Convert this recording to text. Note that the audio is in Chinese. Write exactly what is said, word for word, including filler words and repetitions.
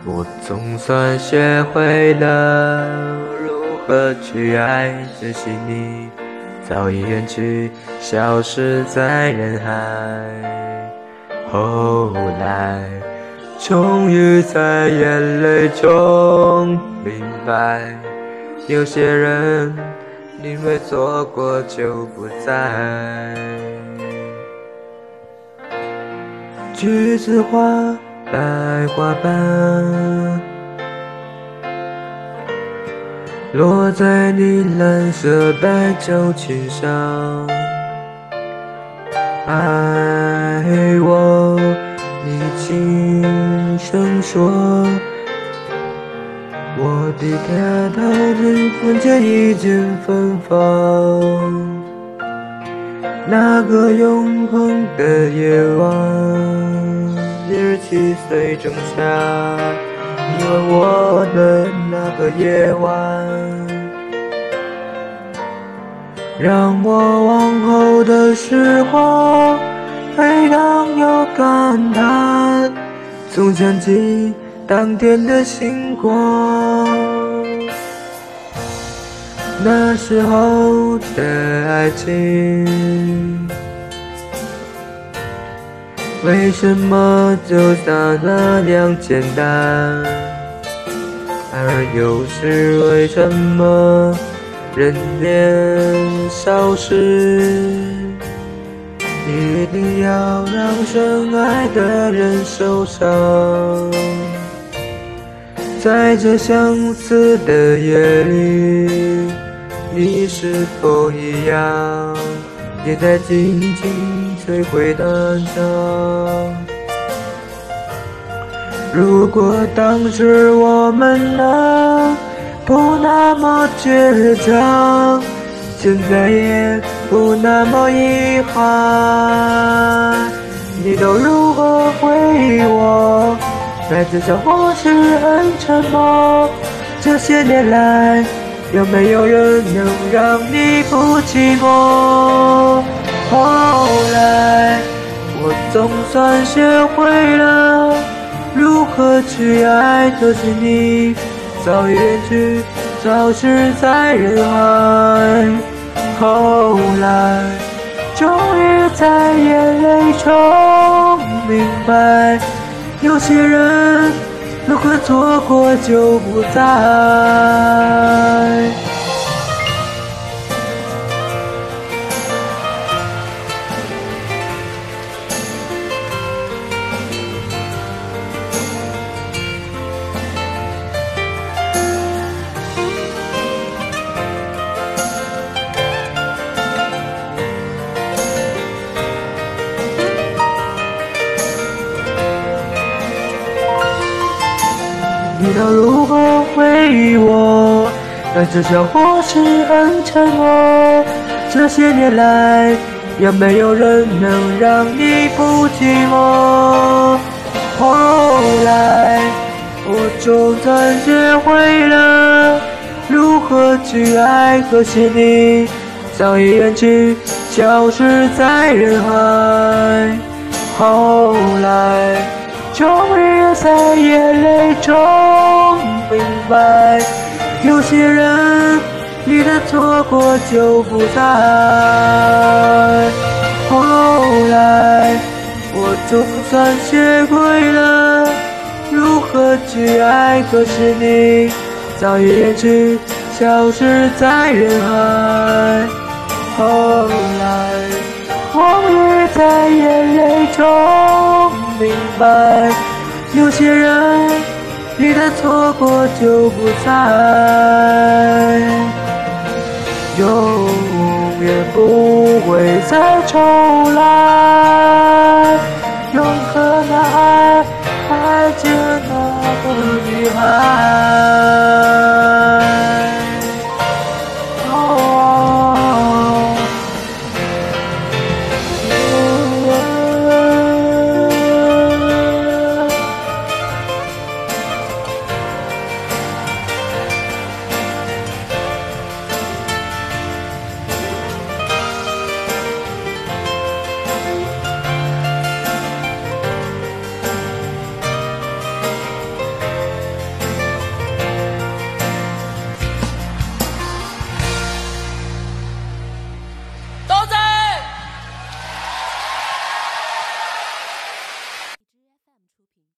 我总算学会了如何去爱，珍惜你早已远去，消失在人海。后来终于在眼泪中明白，有些人因为错过就不在。栀子花白花瓣落在你蓝色白袖裙上，爱我，你轻声说，我的他到只闻见一阵芬芳。那个永恒的夜晚，二十七岁仲夏，你问我的那个夜晚，让我往后的时光每当有感叹，总想起当天的星光。那时候的爱情，为什么就像那样简单？而又是为什么人年少时，一定要让深爱的人受伤？在这相似的夜里，你是否一样，也在静静摧毁单伤？如果当时我们能不那么倔强，现在也不那么遗憾。你都如何回忆我？在这小或是很沉默。这些年来，有没有人能让你不寂寞？后来，我总算学会了如何去爱，可是你早已远去，消失在人海。后来，终于在眼泪中明白，有些人如果错过就不再。你都如何回忆我？在这小或是很沉默。这些年来，有没有人能让你不寂寞？后来，我总算学会了如何去爱，可是你早已远去，消失在人海。后来，终于在眼泪中明白，有些人你的错过就不在。后来，我总算学会了如何去爱，可是你早已远去，消失在人海。后来，终于在眼泪中明白，有些人你的错过就不在，永远不会再重来，永恒的爱